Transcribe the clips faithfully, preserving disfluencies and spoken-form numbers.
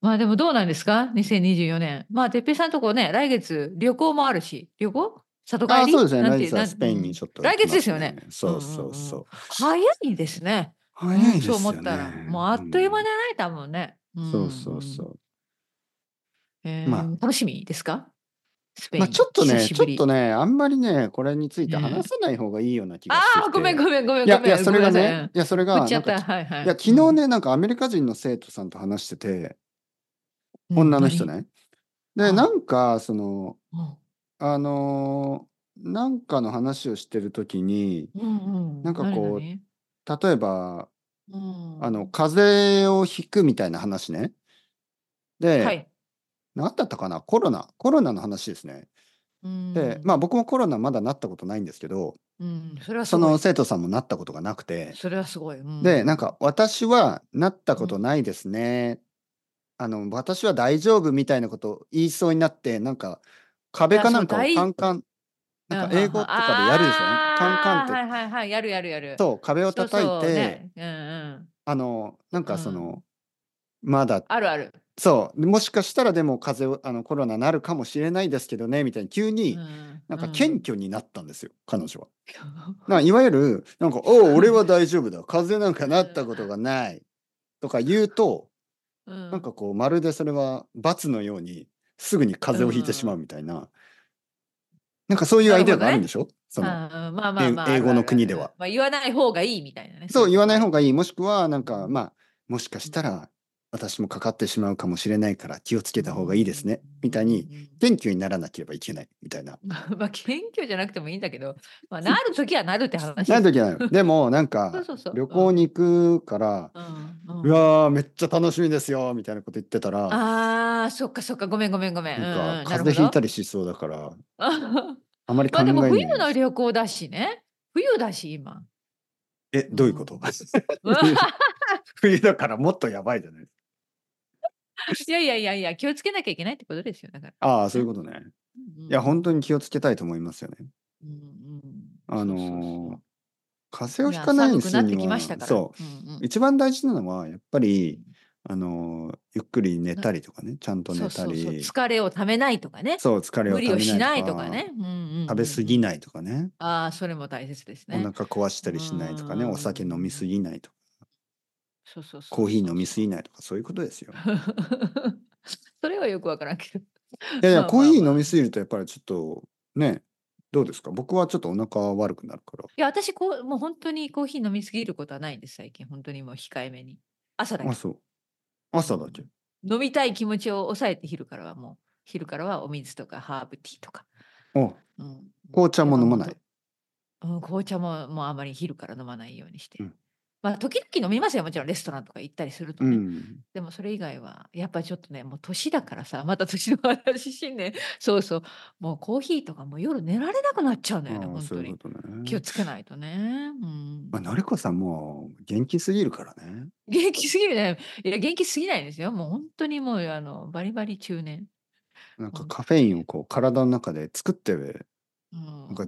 まあでもどうなんですか ?にせんにじゅうよねん。まあ、てっぺいさんとこね、来月旅行もあるし、旅行里ああ、そう帰りですね。 なんて、 来月はなん、 スペインにうん。 ちょっと行来きますね。 月ですよね。うそうんうんうん。 そうそう。 早いですね。うん、 早いでそう思すよね。 ったら。もうあうっという間ん。 じゃない？多分ね。うんうそうそうん。 そう。まあ、 えー、楽しみですか？スペまあイン、 ちょっとね、 久しぶり。 ちょっとね、あんまりね、これについてねえ。 話さない方がいいような気あがしてきあ、ごめんごて。 めんごめんいや、いや、 ごめん。 それがね、 ごめんなさい。うん。 いや、それが、 振っちゃった。 なんかき、 はいはい。 いや、 うん。 昨日ね、なんかアメリカ人の生徒さんと話してて、 うん、何？ 女の人ね。で、なはんか、その、 あ。うん。 あのーなんかの話をしてるときに、 うんうなんん。 かこう、 何何？ 例えば、 うあの、 ん。 風邪をひくみたいな話ね。で、 はい。 何だったかな、コロナ、コロナの話ですね。 うで、まあん。 僕もコロナまだなったことないんですけど、 うん、それはすそのごい。 生徒さんもなったことがなくて、 それはすごい。うで、なんん。 か私はなったことうん。 ないですね。あの、私は大丈夫みたいなことを言いそうになって、なんかいや、そう、 壁かなんかをカ大、 ンカン、なんうん、 か英はんはん。 語とかでやるでしょ、カンカンっああ、 て、 はいはいはい。やるやるやる。 そう、壁をそう叩いそう、 て、 ね。うんあの、なんうん。 かその、 うん。 まだ、 あるある。 そう、もしかしたらでも風邪を、あの、コロナなるかもしれないですけどね、みたいに急にうん、 なんか謙うん。 虚になったんですよ、彼女は。ないわゆる、なんか、おう、俺は大丈夫だ。風邪なんかなったことがないとか言うと、 うん。 なんかこう、まるでそれは罰のように、すぐにう風邪をひいてしまうん。 みたいな、なんかそういうアイデアなるほどね。 があるんでしょ、その、 ああ、まあまあまあ、あえ英語のるあるある。 国では。 まあ、言わない方がいいみたいなね、そうそう言いうことね。 わない方がいい。もしくは、なんか、 うん。 まあ、もしかしうん。 たら、私もかかってしまうかもしれないから気をつうけた方がいいですん。 ね。みたいに、謙虚にならなければいけない。みたいな。 まあ、まあ、謙虚じゃなくてもいいんだけど、まあ、なるときはなるって話ですよ。 ないといけないの。でも、なんそうか、 そうそう。 旅うん。 行に行くから、 うん。ううん。 わー、めっちゃ楽しみですよ、みたいなこと言ってたら、 ああ、そっかそっか、ごめんごめんごめん。 なんか、 うんうん、なる風邪ひいたほど。 りしそうだから、 ああまり考まあでも冬のえないようにし。 旅行だしね。冬だし、今。 え、 うどういうこと？ ん。 冬、冬だからもっとやばいじゃないですいやいやいやいや、気をつけなきゃいけないってことですよ、だから。 か。ああ、そういうね。 ことね。 うんういや、本当にん気をつけたいと思いますよね。 うん。うんうん。 あそうそうそのーう。 風邪をいや、 ひかないように寒くなってきましするには、 たから。 そうんうう、 ん。 一番大事なのは、やっぱり、 うん。 あのーゆっくり寝なたりとかね、ちゃんと寝そうそうそう、 たり、 疲れをためないとかね。 そう、疲れを無理ためないとをしないとかか、 ね。うんうんうん食べ過うん。 ぎないとかね、 ああ、それも大切ですおね。 腹壊しうーたりしないとかね、お酒飲み過ん。 ぎないとか、 そうそうそコーうヒー飲み過そうそう。 ぎないとか、そういうことですよ。 それはよくわからんけど。 いやいや、 まあコーヒー飲まあまあ。 み過ぎるとやっぱりちょっと、ね、どうですか？僕はちょっとお腹悪くなるから。 いや、私こう、もう本当にコーヒー飲み過ぎることはないんです、最近。本当にもう控えめに。朝だあ、 け。 そう。 う朝だけ。 ん。飲みたい気持ちを抑えて昼からはもう、昼からはお水とかハーブティーとか。 あ、 うん。 紅茶やっぱもうども飲まない。 うん、紅茶ももうあまり昼から飲まないようにして。 うん。 まあ、時々飲みますよ、もちろんレストランとか行ったりするとうね。 ん。 でもそれ以外は、やっぱりちょっとね、もう年だからさ、また年の話新年、そうそう、もうコーヒーとかもう夜寝られなくなっちゃうんだよね、 ああ、 本当に。 そういうことね。 気をつけないとね。うまあ、 ん。 のりこさんもう元気すぎるからね。 元気すぎるね。いや、元気すぎないですよ。もう本当にもうあの、バリバリ中年。 なんか本カフェインを当に。 こう体の中で作って、 うん。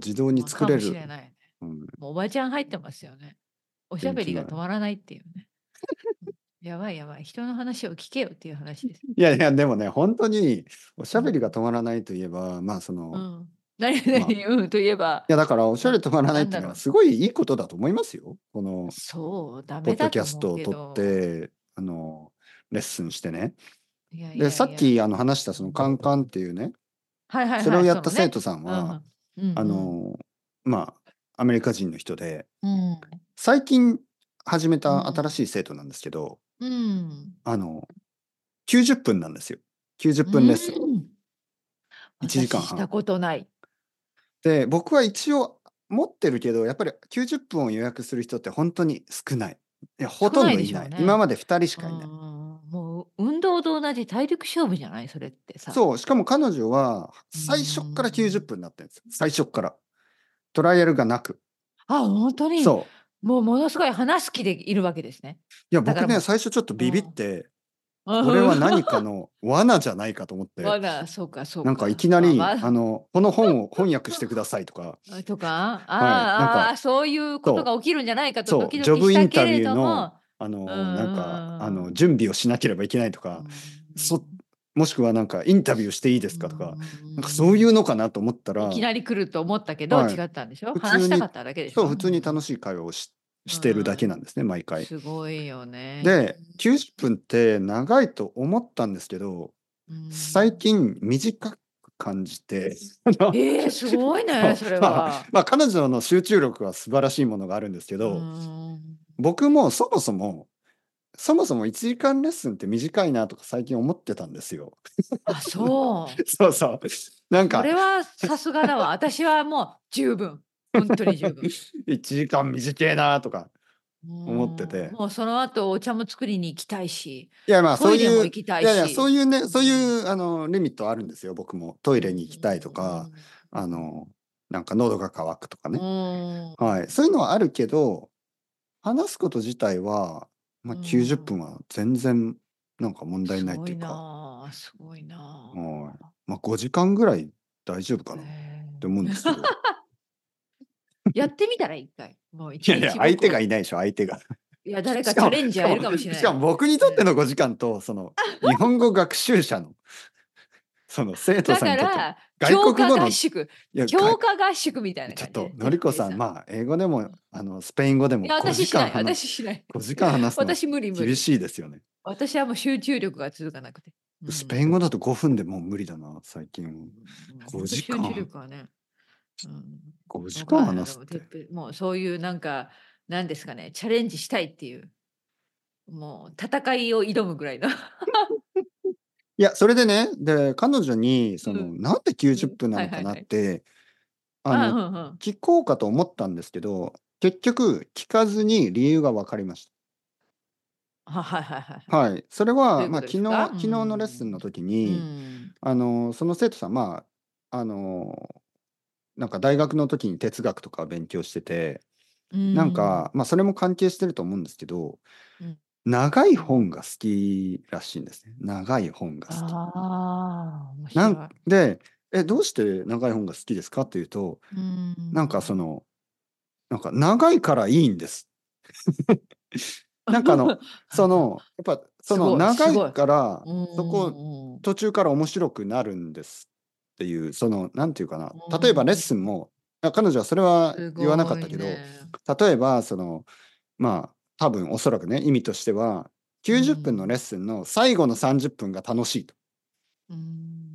なんか自動にまあ、かもし作れる。 れないね。 うん、 もうおばちゃん入ってますよね。おしゃべりが元気な。 止まらないっていうね。うん。やばいやばい、人の話を聞けよっていう話です。 いやいや、でもね、本当におしゃべりがうん。 止まらないといえば、まあその、 うん。何まあ、 々、うん、といえば、 いやだからおしゃべなり止まらないっていうのはなんだろう。 すごいいいことだと思いますよ。この、 そう、ダポッドキャメだと思うストを撮っけど。 て、あの、レッスンしてね。で、 いやいやさっいや。 きあの話したそのうん。 カンカンっていうね、 はいはいはい、 それをやったそのね。 生徒さんは、 うんうん。うんあうん。 の、まあ、アメリカ人の人で、 うん。 最近始めうた新しん。 い生徒なんですけど、 うん。 あの、きゅうじゅっぷんなんですよ。90 う分レッスン。 ん。 いちじかんはん。 私したことない。 で、僕は一応持ってるけど、やっぱりきゅうじゅっぷんを予約する人って本当に少ない。いや、ほ少ないでとんどいない。今しょうね。 までふたりしうかいない。 ん。もう運動と同じ体力勝負じゃない、それってさ。 そう、しかも彼女はう最初っから90 ん。 分になってるんですよ。最初っから。トライアルがなく。 あ、本当に、 そう。 もうものすごい話す気でいるわけですね。 いや、僕ね、 だからも最初ちょっとう、うビビっん。 て、これうん。 は何かの罠じゃないかと思って、 まだ、そうかそうなんかいか。 きなり、 まあまあ。 あの、この本を翻訳してくださいとか、 あ、とか、 はい、なんか、 ああああ、そういうことそう、 が起きるんじゃないかとドそう、 キドキしジョブインタたけれビューの、 ども、 あうんうの、なんか、あの、 んうん準備をしなければいけないとか、 うんうん。 そもしくはなんかインタビューしていいですかとか、なんかそういうん。 うのかなと思ったいら、 きなり来ると思ったけど、 はい、 違ったんでしょ？ 普通に、 話したかっただけでしそう、 ょ？ 普通に楽うん。 しい会話をししてるだけうん。 なんですね、毎回。 すごいよね。 で、きゅうじゅっぷんって長いと思ったんですけど、 う最ん。 近短く感じて、あの、 ええ、すごいね、 そう、 それまあ、 は。 まあ、彼女の集中力は素晴らしいものがあるんですけうど、 ん。 僕もそもそもそもそもいちじかんレッスンって短いなとか最近思ってたんですよ。 あ、そう。 そうそう。なんか、 それはさすがだわ。私はもう十分。ほんとに十分。 いちじかん短えなとかうー思ってん、 て。 もうその後お茶も作りに行きたいし、 いや、まあ、 トイレそういう、 も行きたいやいや、そういし。 いうね、そういうん。 うあの、リミットあるんですよ、僕も。トイレうんに行きたいとか、 うんあの、なんか喉が渇くとかうね。 ん。うはい。 ーん。 そういうのはあるけど、話すこと自体は、ま、 うーきゅうじゅっぷんん。 は全然なんか問題すごいないっていうか、 な、すごいはい。 な。 ま、ごじかんぐらい大丈夫かへなって思うんえ。 ですけど。 やってみたらいっかい。もう1 いやいや、 日5 相手が個。 いないでしょ、相手が。 いや、誰かチャしかもレンジャーいるしかもかもしれない。 しかも僕にとってうん。 のごじかんと、その日本語学習者の、その生徒ださんにとってのから外強化国語の、い合宿や、がい強化合宿みたいなちょっと感じで、 のりこさん、 哲平さん。 まあ、英語でも、あの、スペイン語でもいや、私 5 しない、 時間話す私しない。 ごじかん話すのは私無理無厳理。 しいですよね。 私はもう集中力が続かなくて。うスペイン語ん。 だとごふんでもう無理だな、最近。 うん、ほんと 5 集中時間力はね、うん、 5時間わかんない。でも、 話すって。 てっぺいもうそういうなんか、なんですかね、チャレンジしたいっていう、もう戦いを挑むぐらいの。 いや、それでね、で、彼女にその、 うん。 なんで90 うん。 分なのかなっはいはいはい。 て、あああ、 の、 うんうん。 聞こうかと思ったんですけど、結局聞かずに理由が分かりました。 は、はいはいはいはい。 はい。それは、まあ、 どういうことで昨日すか？う昨日のレッスンのん。う時に、 ん。 あの、その生徒さん、まあ、あの、なんか大学の時に哲学とか勉強してて、 うなんん。 か、まあ、それも関係してると思うんですけど、 うん。 長いうん。 本が好きらしいんですね。長い本が好き。 ああ、面なん白い。 で、え、どうして長い本が好きですかっていうと、 うなんかそん。 の、なんか長いからいいんです。なんかあの、その、やっぱそのすごい、 長いすごい。 からうんそこうんうん。 途中から面白くなるんですっていう、その、なんていうかな、 う例えばレッん。 スンも、あ、彼女はそれはす言わなかごいったけど、 ね。 例えばその、まあ、多分おそらくね、意味としては、 うきゅうじゅっぷんのレッん。 スンの最後のさんじゅっぷんが楽しいと。 うん。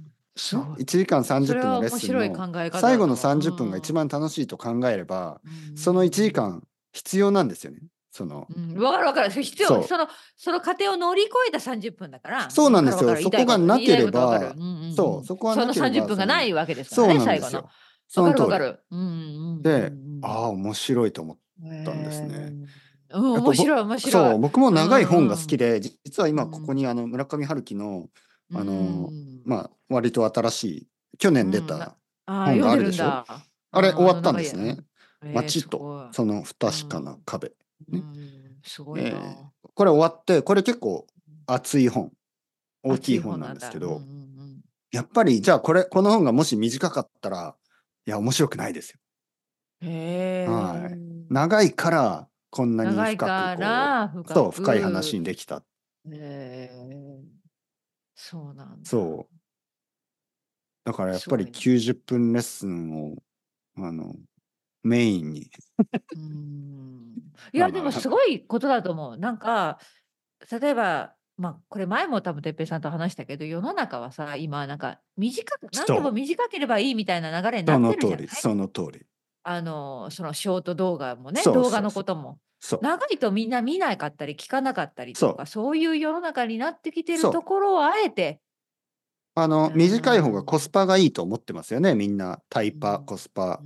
すね、 ごい。 いちじかん30 それは分のレッ面白いスンの考え方最後のだと思う。うさんじゅっぷんが一ん。 番楽しいと考えれば、 うその1 ん。 時間必要なんですよね。その、 うん、分かる分かる。そ必要、 そう。 そのその過程を乗り越えたさんじゅっぷんだから、分そうなんですよ。 かる分かる。言いそこたいこと、 がなけれ言いたいこと分かる。 ば、 うんうんそう、 うん。 そこがその30 なければ、 分がなその、 いわけですからそうね、最後の。 なんですよ。そ分かの通り。 る分かる。うんうんで、 うんああ、面白いと思っうん。 たんですへえ。 ね。 うん、 やっぱぼ面白い面白い。 そう、僕もう長い本がんうん。 好きで、じ実はう今ここにん。 あの村上春樹の、 うあの、 ん。 まあ、割と新しい、去年出うん、なたああ、 本読んでがあるでしょ。 るんだ。ああ、ああれ終わったんの長いや、うですね。 ん。ええ、 街すごい。 とその不う確かなん。 壁。 うね。 ん、すごいえな。 ーこれ終わって、これ結構厚い本、大き熱いい本なん本なんだ。うんうんうですけど、 ん。 やっぱりじゃあこれ、この本がもし短かったら、いや、面白くないですよ。 へはい。 え。 長いから、こんなに長い深くこからう、 深そう、深い話く。 にできた。 へえ、そうなんだ。 そう。だからやっぱりすごいな。 きゅうじゅっぷんレッスンを、あの、メインに、 うーん。いや、であの、なんか、 もすごいことだと思う。なんか、例えば、ま、これ前も多分哲平さんと話したけど、世の中はさ、今なんか短くなんでもそう、 短ければいいみたいな流れになそっての通り、 るじゃない？ その通り。 あの、そのショート動画もね、 そう動画そうそう。 のことも。 そう。 長いとみんな見なかったり聞かなかったりとか、 そう。 そういう世の中になってきてるとそう。 ころをあえて、 あうの、短い方がコスーん。 パがいいと思ってますよね、みんな。タイパ、 うん。 コスパ。 うん。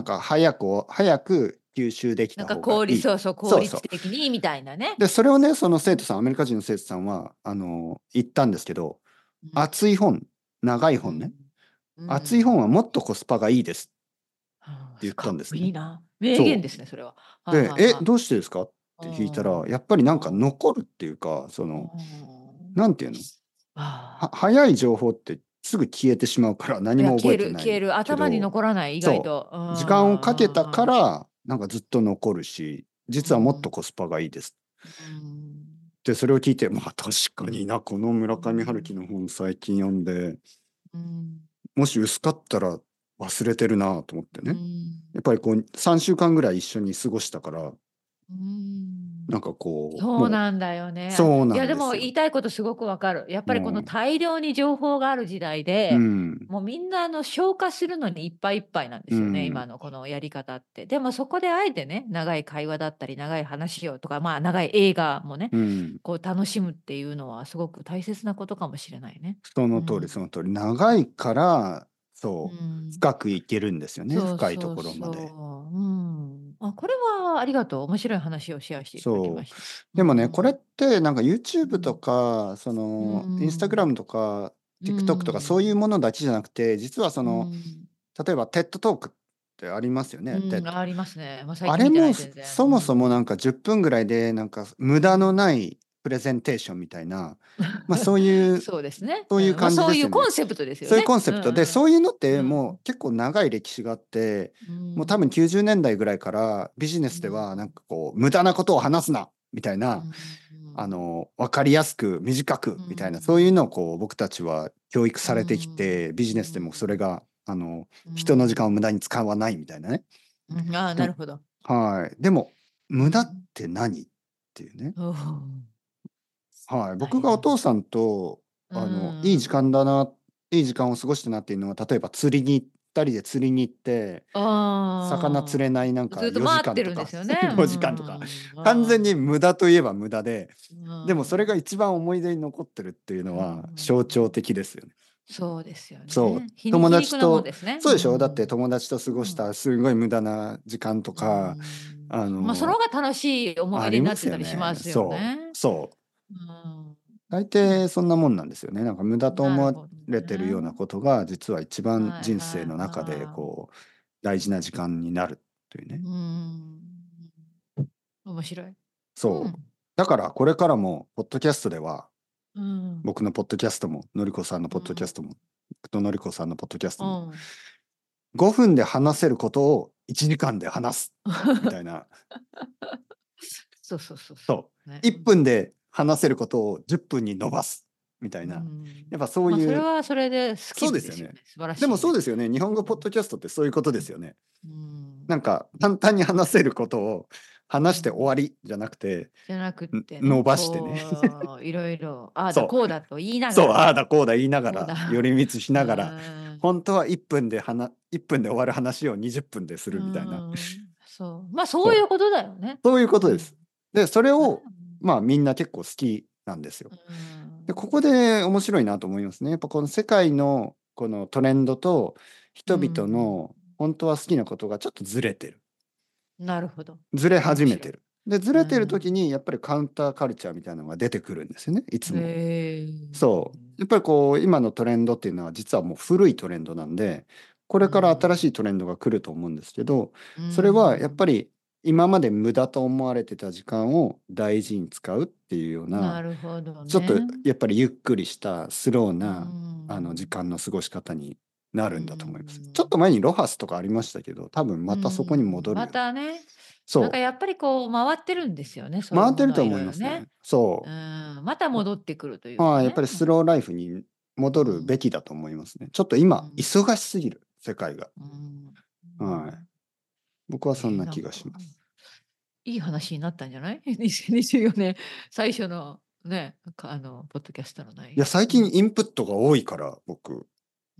なんか早く早く吸収できなんかた方がいい。 効率そうそう、効率そうそう。 的にみたいなね。 で、それをね、その生うん。 徒さん、アメリカ人の生徒さんは、あの、言ったんですけど、 うん。 厚い本、長い本ね。 うん。う厚い本はん。 もっとコスパがいいですってはあ、 言っすかったんですね。 こいいな。名言そですね、それは。 う。で、 はいはいえ、 はい。 どうしてですかっうて聞いたら、 ん。 やっぱりなんかうん。 残るっていうか、その、 うん。 なんていうのは、 ああ。 早い情報ってすぐ消えてしまうから何いや、 も覚消ええてないる消える。頭にけど、 残らない、意外そと。うんうう、時間をかけたかんうん。 ら、なんかずっと残るし、実はもっとコスパがいいです。 うん。 で、それを聞いて、まあ確かにな、この村う上春樹ん。 の本最近読んで、 うん。 もし薄かったら忘れてるなと思ってうね。 ん。 やっぱりこうさんしゅうかんぐらい一緒に過ごしたから、 うん。 なんかこう、もう、 そうなんだよね。 そういや、でなんですよ。 も言いたいことすごくわかる。やっぱりこのも大量に情報がある時代う、うで、 ん、 もうみんなあの消化するのにいっぱいいっぱいなんでうすよね、 ん、 今のこのやり方って。でもそこであえてね、長い会話だったり、長い話をとか、まあ長い映画もね、 うん。 こう楽しむっていうのはすごく大切なことかもしれないね。 その通り、 うん。 その通り。長いから、 うそう、 ん。 深くいけるんですよね。 そう深いとそうころまで。 そう。うん。あ、これはありがとう。面白い話をシェアしていただきそう。 ました。うでもね、これっん。 てなんかう YouTube とん。 か、そうの、 ん。 Instagram とか、 う TikTok とかそういうん。 ものだけじゃなくて、実はそうの、 ん。 例えば テッド トークってありますよね。 うん、 テッド。 ありますね。まあ、最近見てない、 あれもそ全然。 そもそもうん。 なんかじゅっぷんぐらいでなんか無駄のうん。 ないプレゼンテーションみたいな、まあそういう、 そうですね。うん。まあ、 そういう感じそういうですよね。 コンセプトですよそういうね。 コンセプトで、 うんそういうのっうん。 てうん。 もう結構長い歴史があって、 うもう多分ん。 きゅうじゅうねんだいぐらいからビジネうスではなんん。 かこう無駄なことを話すなみたいな、 うん。 あの、わかりやすく短くうみたいな、そういうん。 のをこう僕たちは教育うされてきん。 て、ビジうネスでもそれん。 が、あの、 う人の時間を無ん。 駄に使わないみたいなね。 うん。ああ、 でも、 なるほど。 はい。でも、無駄っうん。 て何っていうね。 おお、 はい。僕がお大変。 父さんと、 うあの、いい時ん。 間だな、いい時間を過ごしたなっていうのは、例えば釣りに、二人で釣りに行って、魚釣れあないなんあ、ずか4 っと待って時間とかるんですよね。うごじかんとか、 ん。 完全にあ無駄といえば無駄で、 あ、 でもそれがうん。 一番思い出に残ってるっていうのうは象徴ん。 的ですよね。 そうですよね。 そう。 皮肉友皮肉なもん達と、 ですね。 そうでしょだってうん。 友達と過ごしたうん。 すごい無駄な時間とうか、 ん。 あまあ、そのの、 方が楽しい思い出になっありますてたりしまよね。 すよそう。 ね。 そう。 うん。 大うん。 抵そんなもんなんですよね。なんか無駄と思わなるほどれてるようなね。 ことが、実は一番はい人生はいの中で、 はい。 こう、大事な時間になるというね。 うん。面白い。うそう。 ん。 だから、これからも、ポッドキャストでは、 うん。 僕のポッドキャストも、のりこさんのポッドキャスうん。 トも、僕とのりこさんのポッドキャストも、 うん。 ごふんで話せることをいちじかんで話す、みたいな。 そうそうそうそそう。ね。 う。いっぷんで話せることをじゅっぷんに伸ばす、みたいうな。 ん。 やっぱそうまあ、それいう、 はそれでスキそうですよね。 ルですよね。素晴らでもしいね。 そうですよね。日本語ポッうん。 ドキャストってそういうことですよね。 うん。 なんか簡単に話せることを話して終うん。 わりじゃなくて、 じゃなくっんてね、 伸ばしてね。 こう、いろいろ、ああだそう。 こうだと言いながそう、 ら、 ああだこうだ言いながこうだ。 ら、寄り道しうながら、 ーん。 本当はいっぷんで話、いっぷんで終わる話をにじゅっぷんですうるみたいな。 ーん。そう。まあ、そそう。 ういうことだよね。 そういうこうん。 とです。で、それあ、 を、まあみんな結構好きなんですよ。 うで、こん。 こで面白いなと思いますね。やっぱこの世界のこのトレンドとう人々 ん。 の本当は好きなことがちょっとずれてる。 なるほど。 ずれ面白い。 始めてる。で、ずうれてる時ん。 にやっぱりカウンターカルチャーみたいなのが出てくるんですよね、いつも。 へそう。やっぱりこう、今のトレンドっていうのは実はもう古いトレンドなんで、こうれから新しん。 いトレンドが来ると思うんですけど、 うそれはやっぱん。 り今まで無駄と思われてた時間を大事に使うっていうような、 なるほどちょっとね。 やっぱりゆっくりしたスローうなあの時ん。 間の過ごし方になうるんだと思います。ちょっん。 と前にロハスとかありましたけど、多分うまたそこにん。ま戻るよね。 たね、なんかそやっぱりこう回ってるんですよね、 う。 そういう回ってるとものはいろ思いますね。 いろね。うそん、また戻ってくるという。はい、やっうかね。 ぱりスローライフに戻るべうん。 きだと思いますね。ちょっと今、 うん。 忙しすぎる、世界が。 うん。うはい。 ん。 僕はそんえー、 な気なんか、 がします。 いい話になったんじゃない？ にせんにじゅうよねん最初のね、かあの、ポッドキャストの内いや、 容。 最うん。 近インプットが多いから、僕。 うん、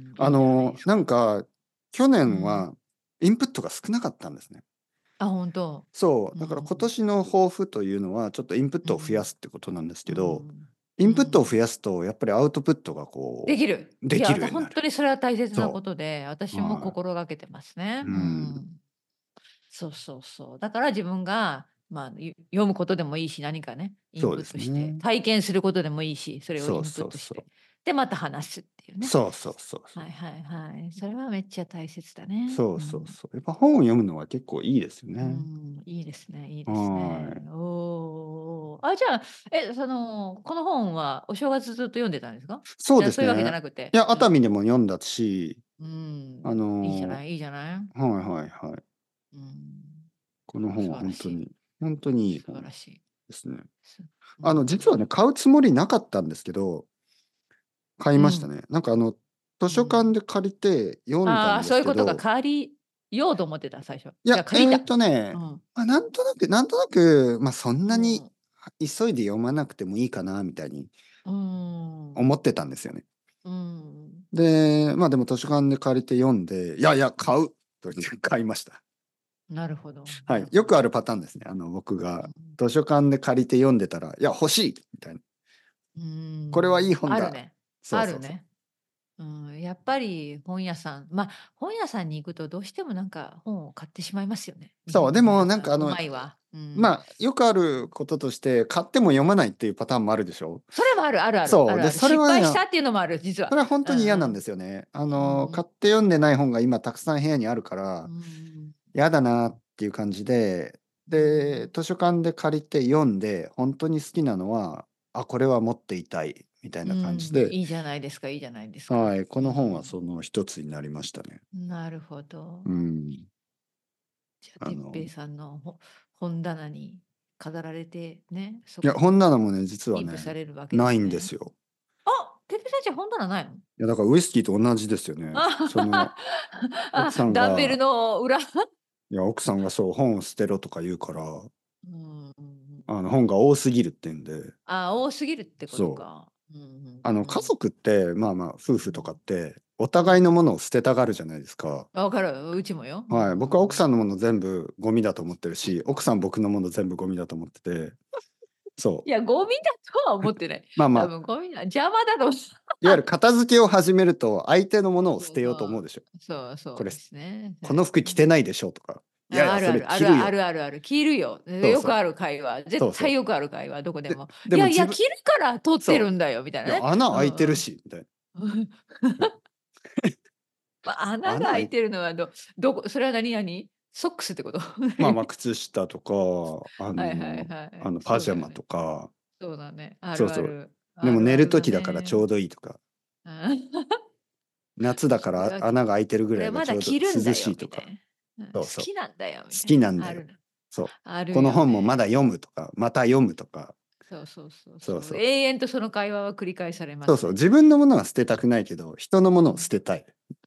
いあいんじゃないでの、 すか。 なんか、去うん。 年はインプットが少なかったんですね。 あ、本当。 そう。だから今うん。 年の抱負というのは、ちょっとインプットを増やうん。 すってことなんですうけど、 ん。 インプットをうん。 増やすと、やっぱりアウトプットがこできる。 う、でいや、 きあた本るようになる。 当にそれは大切なこそとで、 う。 私もは心がけてますね。 い。ううん。 ん。そうそうそう。だから自分が、まあ、ゆ読むことでもいいし、何かね、インそうでプットして、 すね。 体験することでもいいし、それをそうインプットして、 そうそう。 で、また話すっていうね。 そうそうそうそう。 はいはいはい。それはめっちゃ大切だね。 そううん。 そうそう。やっぱ本を読むのは結構いいですようね。 ん、いいですね、いいですね。 はい。 おお。あ、じゃあ、え、その、この本はお正月ずっと読んでたんですか？ そういや、そういうわけじゃですね。 なくて。 いや、 うん。 熱海でも読んだし、 うん。 あのいいじゃない、いいじゃない。 ーはいはいはい。 うん。 この本は素晴らしい。 本当に、本当にいい素晴本。 らしい。 ですね。 すうあの、実はね、 ん。 買うつもりなかったんですけど、買いうん。 ましたね。なんかあの、図書館うん。 で借りて読んだああ、 んでそういうことか。 すけど借りようと思ってた、最初。 いや、 じゃあ借りた。 えっとね、 うん。 ま、なんとなくなんとなく、ま、そんうなに、 ん。 は急いで読まなくてもいいかなみたいにうーん。 思ってたんですよね。 うん。 で、ま、でも図書館で借りて読んで、いやいや、買うと言って買いました。 なるほどはい、 なるほど。 よくあるパターンですね。あの、僕がうん。 図書館で借りて読んでたら、いや、欲しいみたいな。 うーこれはいいん、 本だ。 あるね。 そうそうそう。 あるね。うん、やっぱり本屋さん、ま、本屋さんに行くとどうしてもなんか本を買ってしまいますよね。日そう、 本の本でも屋さん、うなんかあの、 まいわ。うん。 ま、よくあることとして、買っても読まないっていうパターンもあるでしょ？ それもあるあるある、あそう、で、 るある。 それはね、 失敗したっていうのもある、実は。 それはほんうんうとに嫌なんん。 ですよね。あうんの、 うん。 買って読んでない本が今たくさん部屋にあるかうら、 ん。 嫌だなっていう感じで、 うで、 ん。 図書館で借りて読んで、ほんとに好きなのは、あ、これは持っていたいみたいうな感じん、 でいいじゃないですかいいじゃないですか。 はい、こうの本はん。 その一つになりましたね。 なるほど。 うん。 じゃ、 あの哲平さんのほ本棚に飾られて、ね、そいや、 こに本棚もね、実はキープさね、 れるわけでないんですね。 すよ。 あ、哲平さんち本棚ないの？ いや、だからウイスキーと同じですよね。その、奥あ、 さんダンベルがの裏。 いや、奥さんがそう、本を捨てろとか言うからうんうんうん。 あの、本が多すぎるって言うんで。 あ、多すぎるってことそう。 か。うんうんあの、家うん。 族って、まあまあ、夫婦とかうん。 って、おうん。 互いのものを捨てたがるじゃないですか。 分かる、うちもよ。うんうはい、僕は奥んうん。 さんのもの全部ゴミだと思ってるし、奥さん僕のもの全部ゴミだと思ってて。そう。 いや、ゴミだとは思ってない。 まあまあ。 多分ゴミだ邪魔だと。 いわゆる片付けを始めると、相手のものをそう捨てようと思うそう。 でしょ。 そうそうでこれ、 すね。 この服着てないでしょとか、いやいあ、 や、それあるある、あるあ着るよ。 るあるある、着るよ。 そうそう。 よくある会話、絶そうそう。 対よくある会話、どこでで、 も。いやいや、 でも自分着るから取ってそるんだよみたいう。いや、 なね。 穴開いてるうんうん。 しみたいな。うん。 ま、穴が穴開い開いてるのはどどこそれは何々？ソックスってこと？ まあまあ、靴下とか、あはいはいのはい。 あの、パジャマそうだよね。 とか。 そうだね。あそうそう。 るある。 でも寝あるあるだる時だからちょね。 うどいいとか。 うん。 夏だからこれは、き穴が開いてるぐこれまだらいがちょうど涼着るんだよしいとか。 みたいな。うん、好そうそう。好きなんだよみたいきなな。 んだよ。 あるな。 そう。 あるこのよね。 本もまだ読むとか、また読むとか。 そうそうそうそう。 そうそう。 永遠とその会話は繰り返されまそうそう、 すね。 自分のものは捨てたくないけど、人のものを捨うん。 てたい。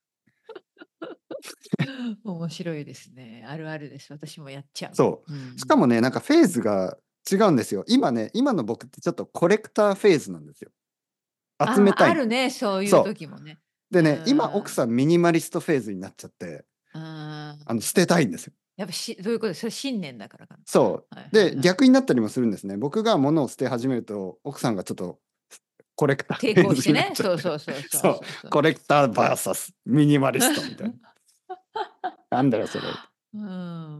面白いですね。あるあるです。私もやっちゃう。 そう。しかうん。 もね、なんかフェーズが違うんですよ。今ね、今の僕ってちょっとコレクターフェーズなんですよ。集ああ、 めたいの。 あるね、そういうそ時もね。 う。 うでね、今奥ん。 さんミニマリストフェーズになっちゃって、 ああ。 あの、捨てたいんですよ。 やっぱしどういうことです？それ信念だからかな。 そはいう。で、 はいはい。 逆になったりもするんですね。僕が物を捨て始めると、奥さんがちょっと、コレクターフ抵ェーズになっ抗してね。そうちゃって。 そうそうそうそう。 そうそう。 コレクター ブイエス ミニマリストみたいな。なんだよそれ。 うん、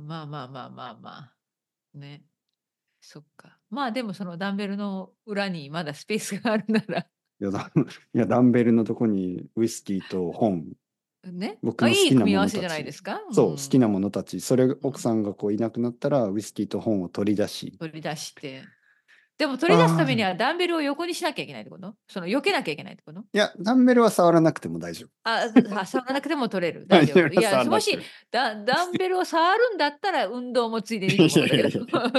まあまあまあまあまあ。ね。そっか。まあ、でもそのダンベルの裏にまだスペースがあるなら。 いや、だいや、ダンベルのとこにウイスキーと本、 ね。あ、 僕の好いいきなも組み合わせじゃないでのたち、 すか？うそう、好きん。 なものたち、それうん。 奥さんがこういなくなったら、ウイスキーと本を取り出し取り出して。でも取り出すああ、でもためにはダンベルを横にしなきゃいけないってこと？その避けなきゃいけないってこと？ いや、ダンベルは触らなくても大丈夫。 あ、ずは触らなくても取れる、 ダン大丈夫。いベルはや、そもし、 触らなくても。 ダダンベルを触るんだったら、運動もついでにいいいと思うんだけど。 やいやいやいや。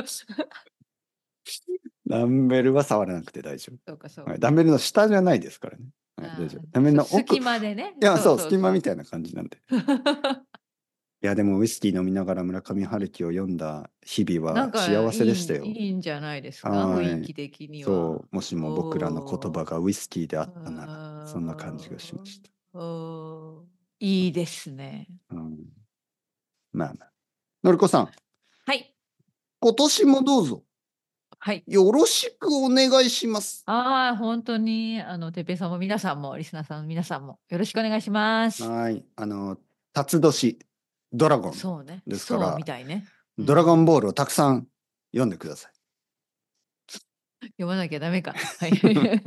ダンベルは触らなくて大丈そうかそう夫。はい、ダンベか。 ルの下じゃないですからね。はい、大ああ、 丈夫。ダンベルそう、 の奥、い隙間でね。 や、 そうそう、 そうそう。 隙間みたいな感じなんで。いや、でもウイスキー飲みながら村上春樹を読んだ日々 なんは幸せかいいんでしたよ。 いいんじゃないですか、雰囲はい。 気的には。 そう、もしおも僕らの言葉お。 がウイスキーであったなら、そんな感じがしまあした。 あ、おお、いいですね。 うん。まあまあ。のりこさん。 はい。 今年もどうぞはい。 よろしくお願いします。 ああ、ほんとに、あの、哲平さんも皆さんも、リスナーさんの皆さんもよろしくお願いします。 はい。あの、辰年、ドラゴンそうね、そうみですから、 たいね。うドラゴンん。 ボールをたくさん読んでください。 読まなきゃダメか。はい。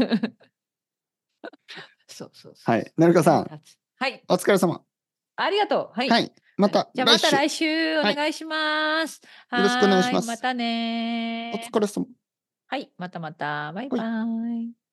そうそうそうはい。 そう。ね、 のりこさん、 たつはい。 お疲れ様。 ありがとう。はい。 はい。まはい。 たじゃ、ま来週。 た来週おはい。 願いします。 よろしくお願いしはい、 ます。 またおね。 疲れ様。 はい、またまた。バイバはい。 ーイ。